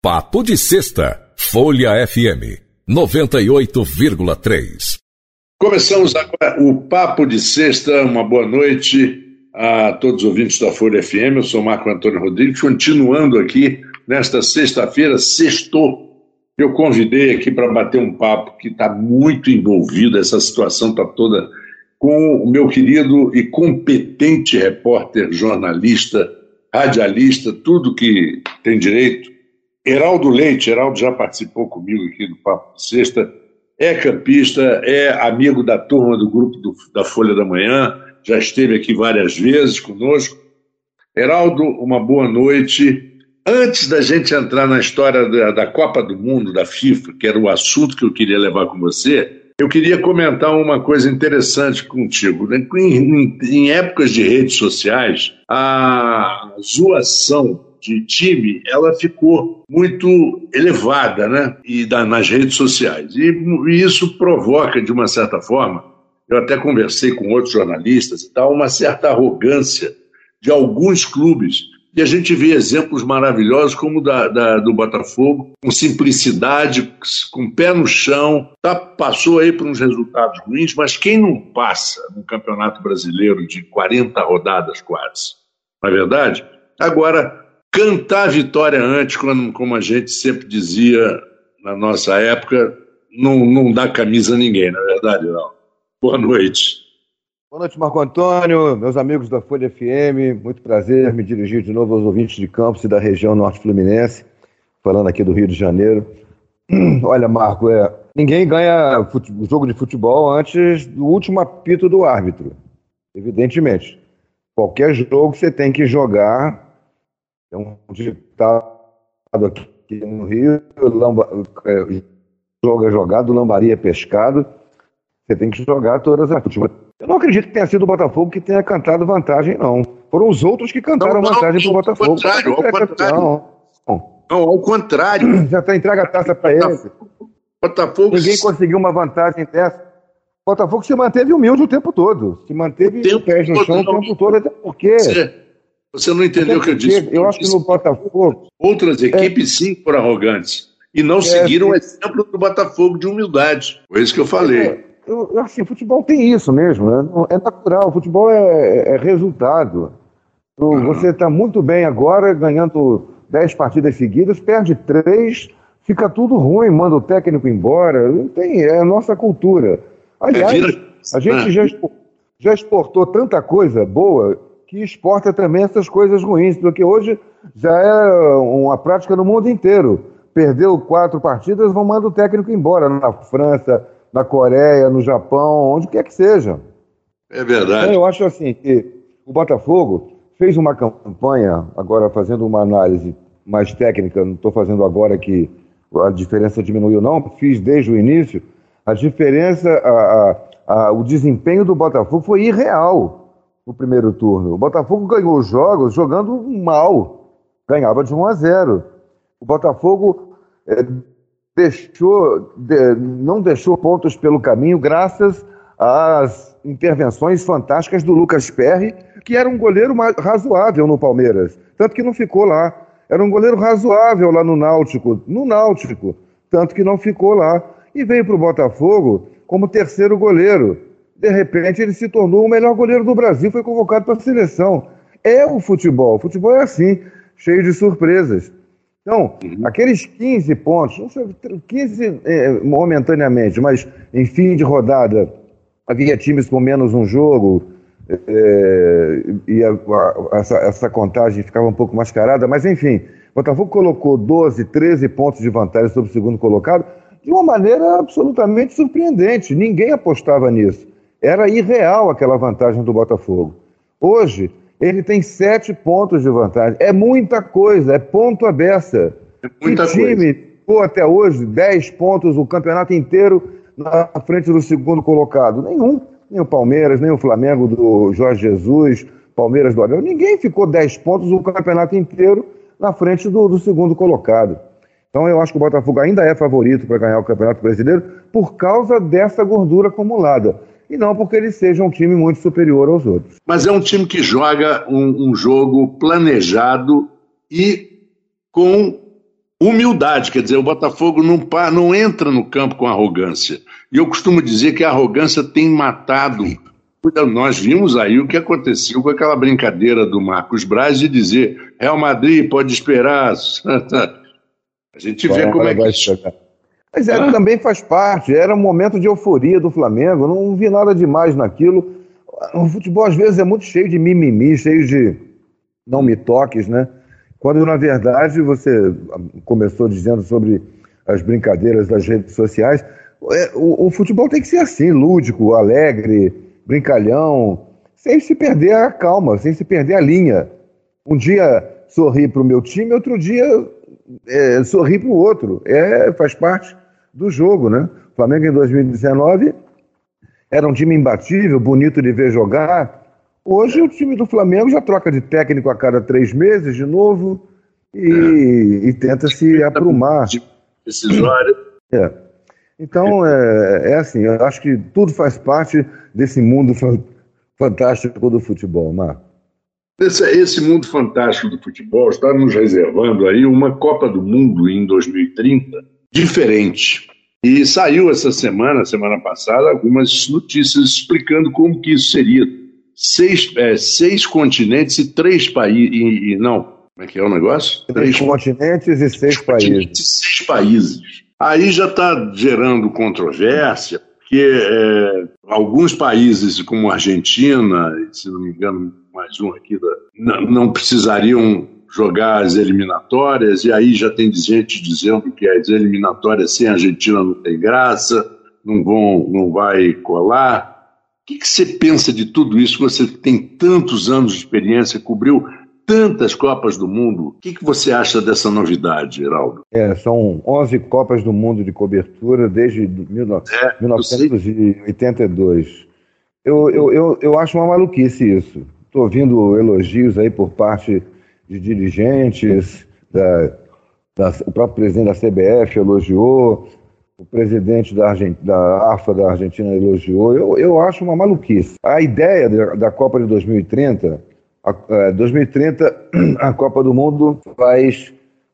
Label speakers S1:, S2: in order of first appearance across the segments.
S1: Papo de Sexta, Folha FM 98,3.
S2: Começamos agora o Papo de Sexta. Uma boa noite a todos os ouvintes da Folha FM. Eu sou Marco Antônio Rodrigues, continuando aqui nesta sexta-feira, sextou. Eu convidei aqui para bater um papo que está muito envolvido, essa situação está toda, com o meu querido e competente repórter, jornalista, radialista, tudo que tem direito, Heraldo Leite. Heraldo já participou comigo aqui do Papo de Sexta, é campista, é amigo da turma do grupo da Folha da Manhã, já esteve aqui várias vezes conosco. Heraldo, uma boa noite. Antes da gente entrar na história da Copa do Mundo, da FIFA, que era o assunto que eu queria levar com você, eu queria comentar uma coisa interessante contigo. Em épocas de redes sociais, a zoação de time, ela ficou muito elevada, né? Nas redes sociais. E isso provoca, de uma certa forma, eu até conversei com outros jornalistas e tal, uma certa arrogância de alguns clubes. E a gente vê exemplos maravilhosos como do Botafogo, com simplicidade, com pé no chão, passou aí por uns resultados ruins, mas quem não passa no Campeonato Brasileiro de 40 rodadas quase? Não é verdade? Agora, cantar a vitória antes, como a gente sempre dizia na nossa época, não dá camisa a ninguém, não é verdade, não? Boa noite.
S3: Boa noite, Marco Antônio, meus amigos da Folha FM, muito prazer me dirigir de novo aos ouvintes de Campos e da região norte fluminense, falando aqui do Rio de Janeiro. Olha, Marco, ninguém ganha jogo de futebol antes do último apito do árbitro, evidentemente. Qualquer jogo você tem que jogar, é um ditado aqui no Rio, jogo é jogado, lambaria é pescado, você tem que jogar todas as futebol. Eu não acredito que tenha sido o Botafogo que tenha cantado vantagem, não. Foram os outros que cantaram vantagem pro Botafogo.
S2: Ao contrário.
S3: Já está entregue a taça para ele. Ninguém conseguiu uma vantagem dessa. O Botafogo se manteve humilde o tempo todo. Se manteve com os pés no chão o tempo todo, até porque...
S2: Você não entendeu o que eu disse.
S3: Eu acho que no Botafogo...
S2: Outras equipes sim foram arrogantes. E não seguiram o exemplo do Botafogo de humildade. Foi isso que eu falei.
S3: Assim, o futebol tem isso mesmo, né? É natural, o futebol é resultado. Você está muito bem agora, ganhando 10 partidas seguidas, perde 3, fica tudo ruim, manda o técnico embora. Não tem, é a nossa cultura. Aliás, a gente já exportou tanta coisa boa que exporta também essas coisas ruins, porque hoje já é uma prática no mundo inteiro. Perdeu 4 partidas, vão mandar o técnico embora na França, na Coreia, no Japão, onde quer que seja.
S2: É verdade.
S3: Então, eu acho assim que o Botafogo fez uma campanha, agora fazendo uma análise mais técnica, não estou fazendo agora que a diferença diminuiu não, fiz desde o início, a diferença, o desempenho do Botafogo foi irreal no primeiro turno. O Botafogo ganhou os jogos jogando mal, ganhava de 1-0. O Botafogo... não deixou pontos pelo caminho graças às intervenções fantásticas do Lucas Perry, que era um goleiro razoável no Palmeiras, tanto que não ficou lá. Era um goleiro razoável lá no Náutico, tanto que não ficou lá. E veio para o Botafogo como terceiro goleiro. De repente ele se tornou o melhor goleiro do Brasil, foi convocado para a seleção. É o futebol é assim, cheio de surpresas. Então, aqueles 15 pontos, não sei, 15 momentaneamente, mas em fim de rodada, havia times com menos um jogo, e essa contagem ficava um pouco mascarada, mas enfim, o Botafogo colocou 12, 13 pontos de vantagem sobre o segundo colocado, de uma maneira absolutamente surpreendente. Ninguém apostava nisso. Era irreal aquela vantagem do Botafogo. Hoje... ele tem 7 pontos de vantagem. É muita coisa, é ponto à beça.
S2: É muita
S3: time ficou até hoje 10 pontos o campeonato inteiro na frente do segundo colocado. Nenhum. Nem o Palmeiras, nem o Flamengo do Jorge Jesus, Palmeiras do Abel. Ninguém ficou 10 pontos o campeonato inteiro na frente do segundo colocado. Então eu acho que o Botafogo ainda é favorito para ganhar o Campeonato Brasileiro por causa dessa gordura acumulada. E não porque ele seja um time muito superior aos outros.
S2: Mas é um time que joga um jogo planejado e com humildade, quer dizer, o Botafogo não entra no campo com arrogância. E eu costumo dizer que a arrogância tem matado. Nós vimos aí o que aconteceu com aquela brincadeira do Marcos Braz de dizer Real Madrid pode esperar. A gente vê como é que...
S3: Mas também faz parte, era um momento de euforia do Flamengo, não vi nada demais naquilo. O futebol às vezes é muito cheio de mimimi, cheio de não me toques, né? Quando na verdade você começou dizendo sobre as brincadeiras das redes sociais, o futebol tem que ser assim, lúdico, alegre, brincalhão, sem se perder a calma, sem se perder a linha. Um dia sorrir para o meu time, outro dia sorrir para o outro. Faz parte do jogo, né? O Flamengo em 2019 era um time imbatível, bonito de ver jogar. Hoje o time do Flamengo já troca de técnico a cada 3 meses de novo e tenta se aprumar.
S2: Decisório.
S3: Então, assim, eu acho que tudo faz parte desse mundo fantástico do futebol, Marco.
S2: Esse mundo fantástico do futebol está nos reservando aí uma Copa do Mundo em 2030 diferente. E saiu essa semana passada, algumas notícias explicando como que isso seria. 6 continentes e 3 países. Não, como é que é o negócio?
S3: 3 continentes e 6 países.
S2: 6 países. Aí já está gerando controvérsia, porque alguns países, como a Argentina, se não me engano, mais um aqui, não precisariam jogar as eliminatórias, e aí já tem gente dizendo que as eliminatórias sem a Argentina não tem graça, não vai colar. O que você pensa de tudo isso? Você tem tantos anos de experiência, cobriu tantas Copas do Mundo. O que você acha dessa novidade, Geraldo?
S3: São 11 Copas do Mundo de cobertura desde 1982. Eu acho uma maluquice isso. Estou ouvindo elogios aí por parte de dirigentes, o próprio presidente da CBF elogiou, o presidente da AFA da Argentina elogiou. Eu acho uma maluquice. A ideia da Copa de 2030, a Copa do Mundo faz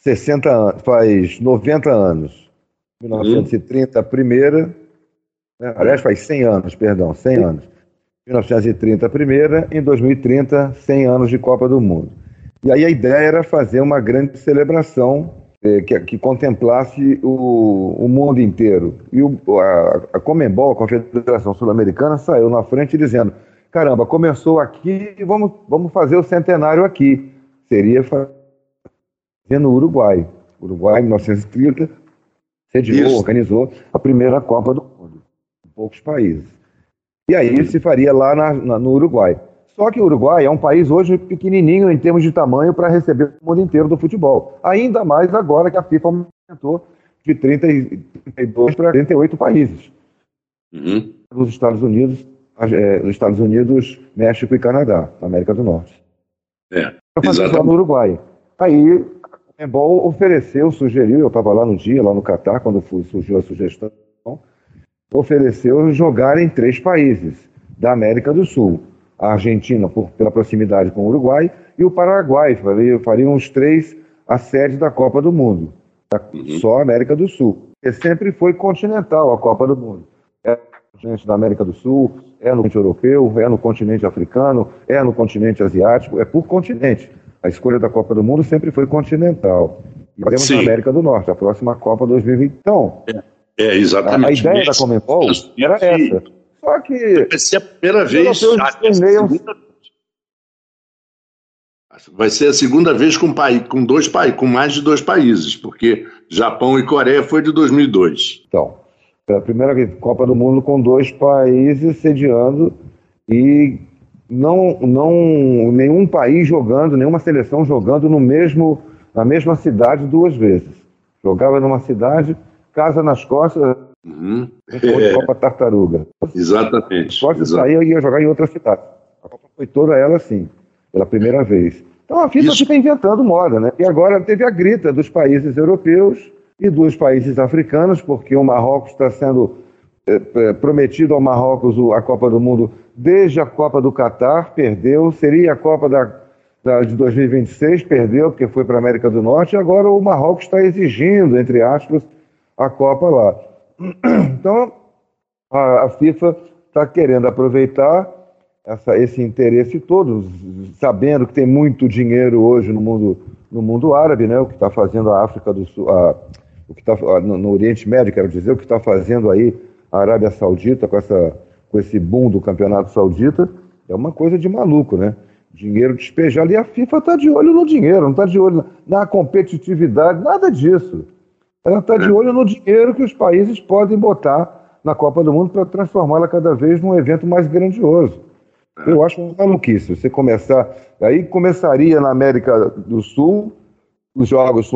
S3: 90 anos. 1930 a primeira, né? Aliás, faz 100 anos, perdão, 100 anos. 1930 a primeira, em 2030, 100 anos de Copa do Mundo. E aí a ideia era fazer uma grande celebração que contemplasse o mundo inteiro. E a Conmebol, a Confederação Sul-Americana, saiu na frente dizendo: caramba, começou aqui, vamos fazer o centenário aqui. Seria fazer no Uruguai. Uruguai, em 1930, sediou, organizou a primeira Copa do Mundo, em poucos países. E aí se faria lá no Uruguai. Só que o Uruguai é um país hoje pequenininho em termos de tamanho para receber o mundo inteiro do futebol. Ainda mais agora que a FIFA aumentou de 32 para 38 países. Os Estados Unidos, México e Canadá, na América do Norte. Para fazer lá no Uruguai. Aí a Conmebol sugeriu, eu estava lá no dia, lá no Catar, quando surgiu a sugestão, ofereceu jogar em 3 países da América do Sul. A Argentina, pela proximidade com o Uruguai, e o Paraguai. Fariam os 3 a sede da Copa do Mundo. Só a América do Sul. Porque sempre foi continental a Copa do Mundo. É no continente da América do Sul, é no continente europeu, é no continente africano, é no continente asiático, é por continente. A escolha da Copa do Mundo sempre foi continental. E temos na América do Norte, a próxima Copa 2020. Então,
S2: exatamente.
S3: A ideia da Conmebol era essa. Só que
S2: vai ser a primeira vez. Vai ser a segunda vez com mais de 2 países, porque Japão e Coreia foi de 2002.
S3: Então, foi a primeira Copa do Mundo com 2 países sediando e nenhum país jogando, nenhuma seleção jogando na mesma cidade 2 vezes. Jogava numa cidade, casa nas costas. Copa Tartaruga.
S2: Exatamente.
S3: Pode sair e ia jogar em outra cidade. A Copa foi toda ela assim, pela primeira vez. Então a FIFA fica inventando moda, né? E agora teve a grita dos países europeus e dos países africanos, porque o Marrocos está sendo prometido ao Marrocos a Copa do Mundo desde a Copa do Catar, perdeu, seria a Copa Na de 2026 perdeu porque foi para a América do Norte e agora o Marrocos está exigindo, entre aspas, a Copa lá. Então, a FIFA está querendo aproveitar esse interesse todo, sabendo que tem muito dinheiro hoje no mundo árabe, né? O que está fazendo a África do Sul, o que está no Oriente Médio, quero dizer, o que está fazendo aí a Arábia Saudita com esse boom do Campeonato Saudita, é uma coisa de maluco, né? Dinheiro despejado, e a FIFA está de olho no dinheiro, não está de olho na competitividade, nada disso. Ela está de olho no dinheiro que os países podem botar na Copa do Mundo para transformá-la cada vez num evento mais grandioso. Eu acho uma maluquice. Você começar. Aí começaria na América do Sul, os jogos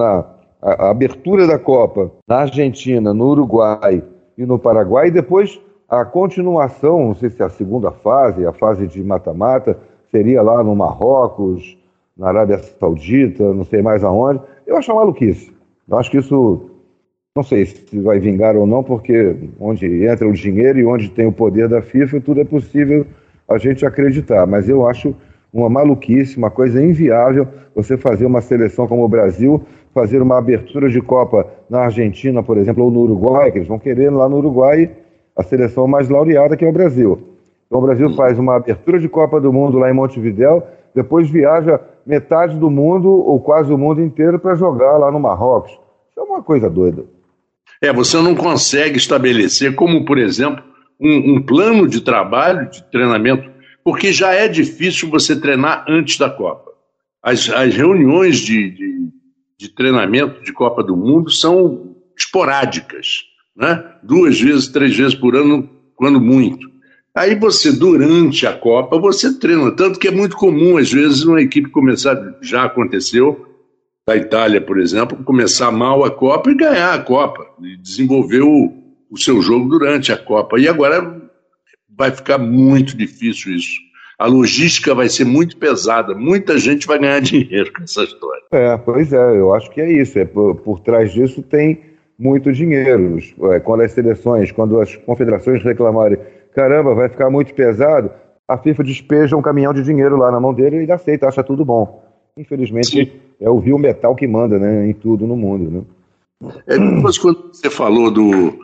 S3: a abertura da Copa na Argentina, no Uruguai e no Paraguai, e depois a continuação, não sei se é a segunda fase, a fase de mata-mata, seria lá no Marrocos, na Arábia Saudita, não sei mais aonde. Eu acho uma maluquice. Eu acho que isso, não sei se vai vingar ou não, porque onde entra o dinheiro e onde tem o poder da FIFA, tudo é possível a gente acreditar. Mas eu acho uma maluquice, uma coisa inviável você fazer uma seleção como o Brasil, fazer uma abertura de Copa na Argentina, por exemplo, ou no Uruguai, que eles vão querer lá no Uruguai a seleção mais laureada, que é o Brasil. Então o Brasil faz uma abertura de Copa do Mundo lá em Montevidéu, depois viaja metade do mundo, ou quase o mundo inteiro, para jogar lá no Marrocos. Isso é uma coisa doida.
S2: Você não consegue estabelecer, como, por exemplo, um plano de trabalho, de treinamento, porque já é difícil você treinar antes da Copa. As reuniões de treinamento de Copa do Mundo são esporádicas, né? 2 vezes, 3 vezes por ano, quando muito. Aí você, durante a Copa, você treina, tanto que é muito comum, às vezes, uma equipe começar, já aconteceu, da Itália, por exemplo, começar mal a Copa e ganhar a Copa, e desenvolver o seu jogo durante a Copa. E agora vai ficar muito difícil isso. A logística vai ser muito pesada, muita gente vai ganhar dinheiro com essa história.
S3: Pois é, eu acho que é isso. Por trás disso tem muito dinheiro. Quando as seleções, quando as confederações reclamarem, caramba, vai ficar muito pesado, a FIFA despeja um caminhão de dinheiro lá na mão dele e ele aceita, acha tudo bom. Infelizmente, sim, é o rio metal que manda, né, em tudo no mundo, né?
S2: Depois, quando você falou do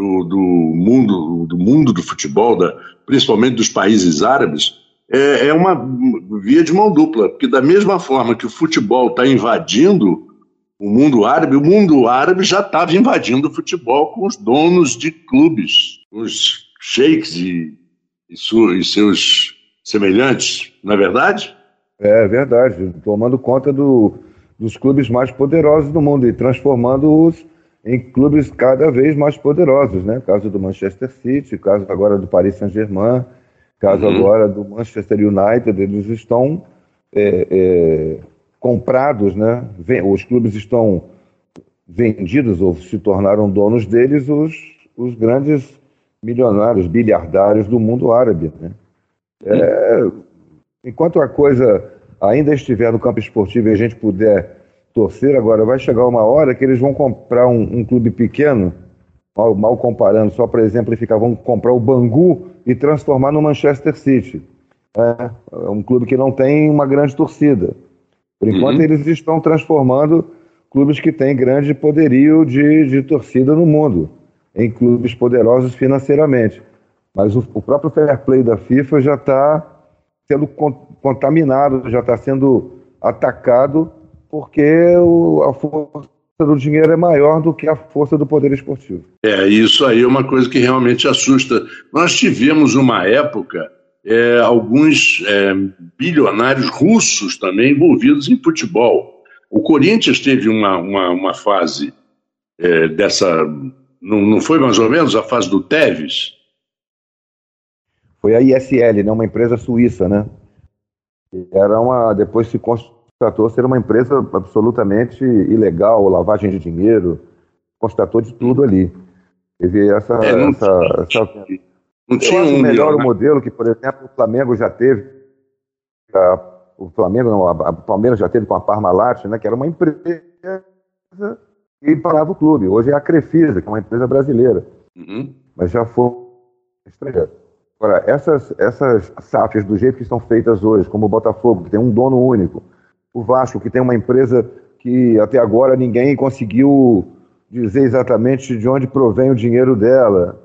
S2: mundo do futebol, principalmente dos países árabes, é uma via de mão dupla, porque da mesma forma que o futebol está invadindo o mundo árabe já estava invadindo o futebol com os donos de clubes, os sheiks e seus semelhantes, não é verdade?
S3: É verdade, tomando conta dos clubes mais poderosos do mundo e transformando-os em clubes cada vez mais poderosos, né? Caso do Manchester City, caso agora do Paris Saint-Germain, caso agora do Manchester United, eles estão comprados, né? Os clubes estão vendidos ou se tornaram donos deles os grandes milionários, bilhardários do mundo árabe, né? Enquanto a coisa ainda estiver no campo esportivo e a gente puder torcer, agora vai chegar uma hora que eles vão comprar um clube pequeno, mal comparando, só para exemplificar, vão comprar o Bangu e transformar no Manchester City. É um clube que não tem uma grande torcida. Por enquanto, eles estão transformando clubes que têm grande poderio de torcida no mundo, em clubes poderosos financeiramente. Mas o próprio fair play da FIFA já está sendo contaminado, já está sendo atacado, porque a força do dinheiro é maior do que a força do poder esportivo.
S2: Isso aí é uma coisa que realmente assusta. Nós tivemos uma época, alguns bilionários russos também envolvidos em futebol. O Corinthians teve uma fase dessa, não foi mais ou menos a fase do Tevez?
S3: Foi a ISL, né, uma empresa suíça, né? Depois se constatou ser uma empresa absolutamente ilegal, lavagem de dinheiro, constatou de tudo ali. Teve não tinha um melhor modelo que, por exemplo, o Flamengo já teve, o Palmeiras já teve com a Parmalat, né, que era uma empresa que parava o clube. Hoje é a Crefisa, que é uma empresa brasileira, mas já foi estrangeira. Agora, essas SAFs do jeito que estão feitas hoje, como o Botafogo, que tem um dono único, o Vasco, que tem uma empresa que até agora ninguém conseguiu dizer exatamente de onde provém o dinheiro dela,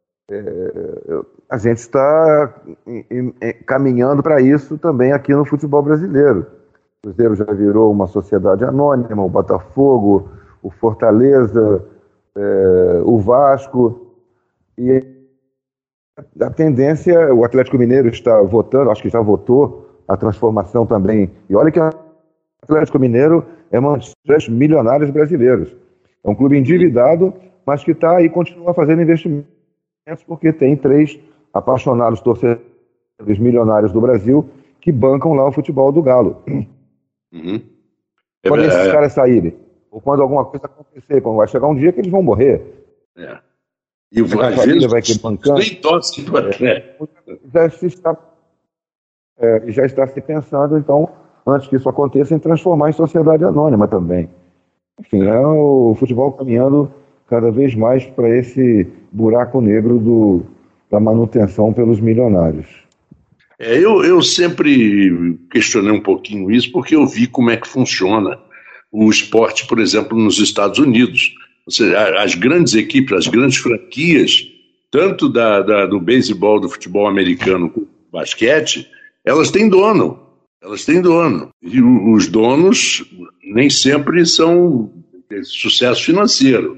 S3: a gente está caminhando para isso também aqui no futebol brasileiro. O Cruzeiro já virou uma sociedade anônima, o Botafogo, o Fortaleza, o Vasco, e a tendência, o Atlético Mineiro está votando, acho que já votou a transformação também. E olha que o Atlético Mineiro é um dos milionários brasileiros. É um clube endividado, mas que está aí, continua fazendo investimentos, porque tem 3 apaixonados torcedores milionários do Brasil que bancam lá o futebol do Galo.
S2: Uhum.
S3: Quando esses caras saírem, ou quando alguma coisa acontecer, quando vai chegar um dia que eles vão morrer.
S2: E o
S3: família vai que bancando.
S2: Nem tosse do Atlético.
S3: Já está se pensando, então, antes que isso aconteça, em transformar em sociedade anônima também. Enfim, é o futebol caminhando cada vez mais para esse buraco negro da manutenção pelos milionários.
S2: Eu sempre questionei um pouquinho isso, porque eu vi como é que funciona o esporte, por exemplo, nos Estados Unidos. Ou seja, as grandes equipes, as grandes franquias, tanto do beisebol, do futebol americano como do basquete, elas têm dono. E os donos nem sempre são sucesso financeiro.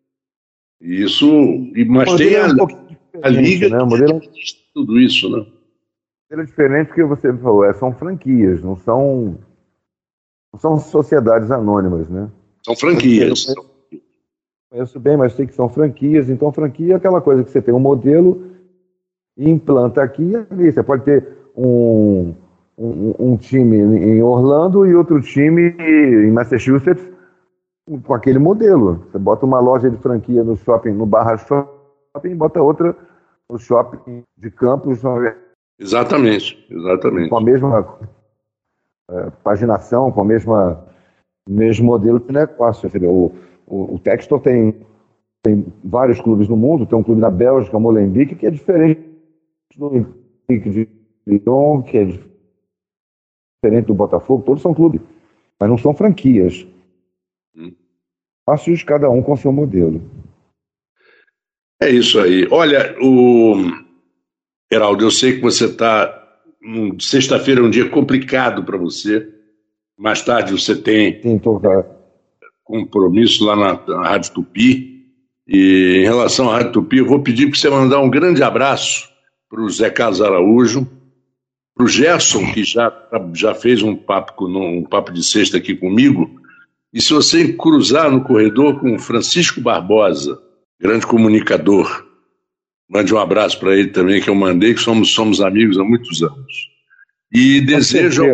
S2: Mas tem a liga, né? Que tudo isso, né?
S3: É diferente porque você falou, são franquias, não são sociedades anônimas, né?
S2: São franquias.
S3: Eu conheço bem, mas sei que são franquias. Então, franquia é aquela coisa que você tem um modelo e implanta aqui e ali. Você pode ter um time em Orlando e outro time em Massachusetts com aquele modelo. Você bota uma loja de franquia no shopping, no Barra Shopping, e bota outra no shopping de Campos.
S2: Exatamente.
S3: Com a mesma paginação, com a mesmo modelo de negócio. O Textor tem vários clubes no mundo, tem um clube na Bélgica, o Molenbeek, que é diferente do Olympique de Lyon, que é diferente do Botafogo, todos são clubes, mas não são franquias. Fáceis, cada um com seu modelo.
S2: É isso aí. Olha, Heraldo, eu sei que você está... Sexta-feira é um dia complicado para você. Mais tarde você tem compromisso lá na Rádio Tupi. E em relação à Rádio Tupi, eu vou pedir para você mandar um grande abraço para o Zé Carlos Araújo, para o Gerson, que já fez um papo de sexta aqui comigo. E se você cruzar no corredor com o Francisco Barbosa, grande comunicador, mande um abraço para ele também, que eu mandei, que somos amigos há muitos anos. E desejo...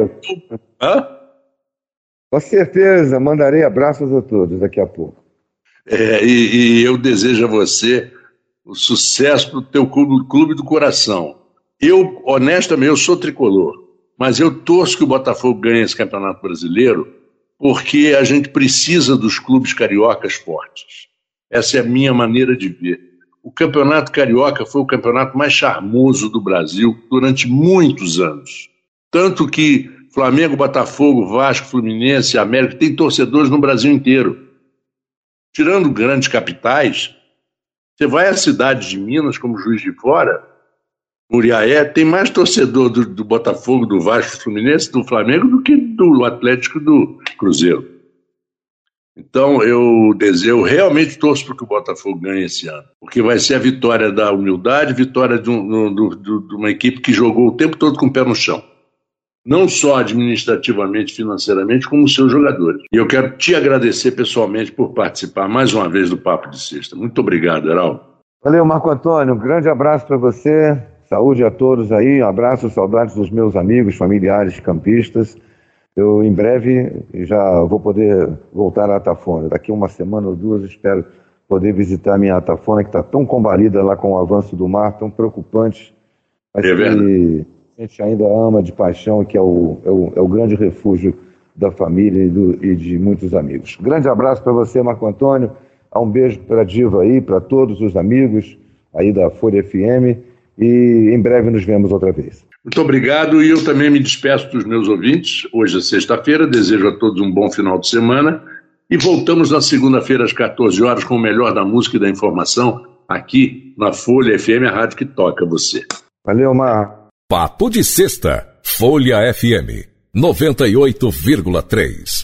S3: Com certeza, mandarei abraços a todos daqui a pouco.
S2: E eu desejo a você o sucesso para o teu clube do coração. Eu, honestamente, eu sou tricolor, mas eu torço que o Botafogo ganhe esse Campeonato Brasileiro, porque a gente precisa dos clubes cariocas fortes. Essa é a minha maneira de ver. O Campeonato Carioca foi o campeonato mais charmoso do Brasil durante muitos anos. Tanto que Flamengo, Botafogo, Vasco, Fluminense, América, tem torcedores no Brasil inteiro. Tirando grandes capitais, você vai à cidade de Minas, como Juiz de Fora, Muriaé, tem mais torcedor do Botafogo, do Vasco, do Fluminense, do Flamengo, do que do Atlético, do Cruzeiro. Então, eu realmente torço para que o Botafogo ganhe esse ano, porque vai ser a vitória da humildade, vitória de uma equipe que jogou o tempo todo com o pé no chão. Não só administrativamente, financeiramente, como os seus jogadores. E eu quero te agradecer pessoalmente por participar mais uma vez do Papo de Sexta. Muito obrigado, Heraldo.
S3: Valeu, Marco Antônio. Um grande abraço para você. Saúde a todos aí. Um abraço, saudades dos meus amigos, familiares, campistas. Eu, em breve, já vou poder voltar à Atafona. Daqui uma semana ou duas, espero poder visitar a minha Atafona, que está tão combalida lá com o avanço do mar, tão preocupante. Mas que a gente ainda ama de paixão, que é o grande refúgio da família e de muitos amigos. Grande abraço para você, Marco Antônio. Um beijo para a Diva aí, para todos os amigos aí da Folha FM. e em breve nos vemos outra vez.
S2: Muito obrigado, e eu também me despeço dos meus ouvintes. Hoje é sexta-feira, desejo a todos um bom final de semana e voltamos na segunda-feira às 14 horas com o melhor da música e da informação aqui na Folha FM, a rádio que toca você.
S3: Valeu, Mar.
S1: Papo de Sexta, Folha FM 98,3.